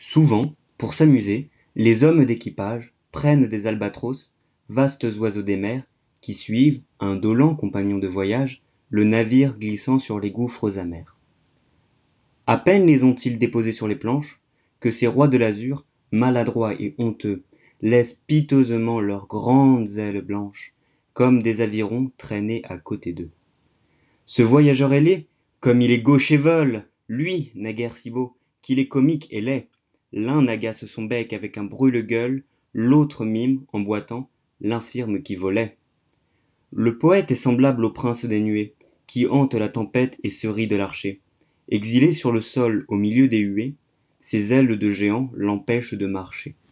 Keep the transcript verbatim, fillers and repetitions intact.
Souvent, pour s'amuser, les hommes d'équipage prennent des albatros, vastes oiseaux des mers, qui suivent, indolents compagnons de voyage, le navire glissant sur les gouffres amers. À peine les ont-ils déposés sur les planches, que ces rois de l'azur, maladroits et honteux, laissent piteusement leurs grandes ailes blanches, comme des avirons traîner à côté d'eux. Ce voyageur ailé, comme il est gauche et vole, lui n'est guère si beau, qu'il est comique et laid. L'un agace son bec avec un brûle-gueule, l'autre mime, en boitant, l'infirme qui volait. Le poète est semblable au prince des nuées, qui hante la tempête et se rit de l'archer. Exilé sur le sol au milieu des huées, ses ailes de géant l'empêchent de marcher.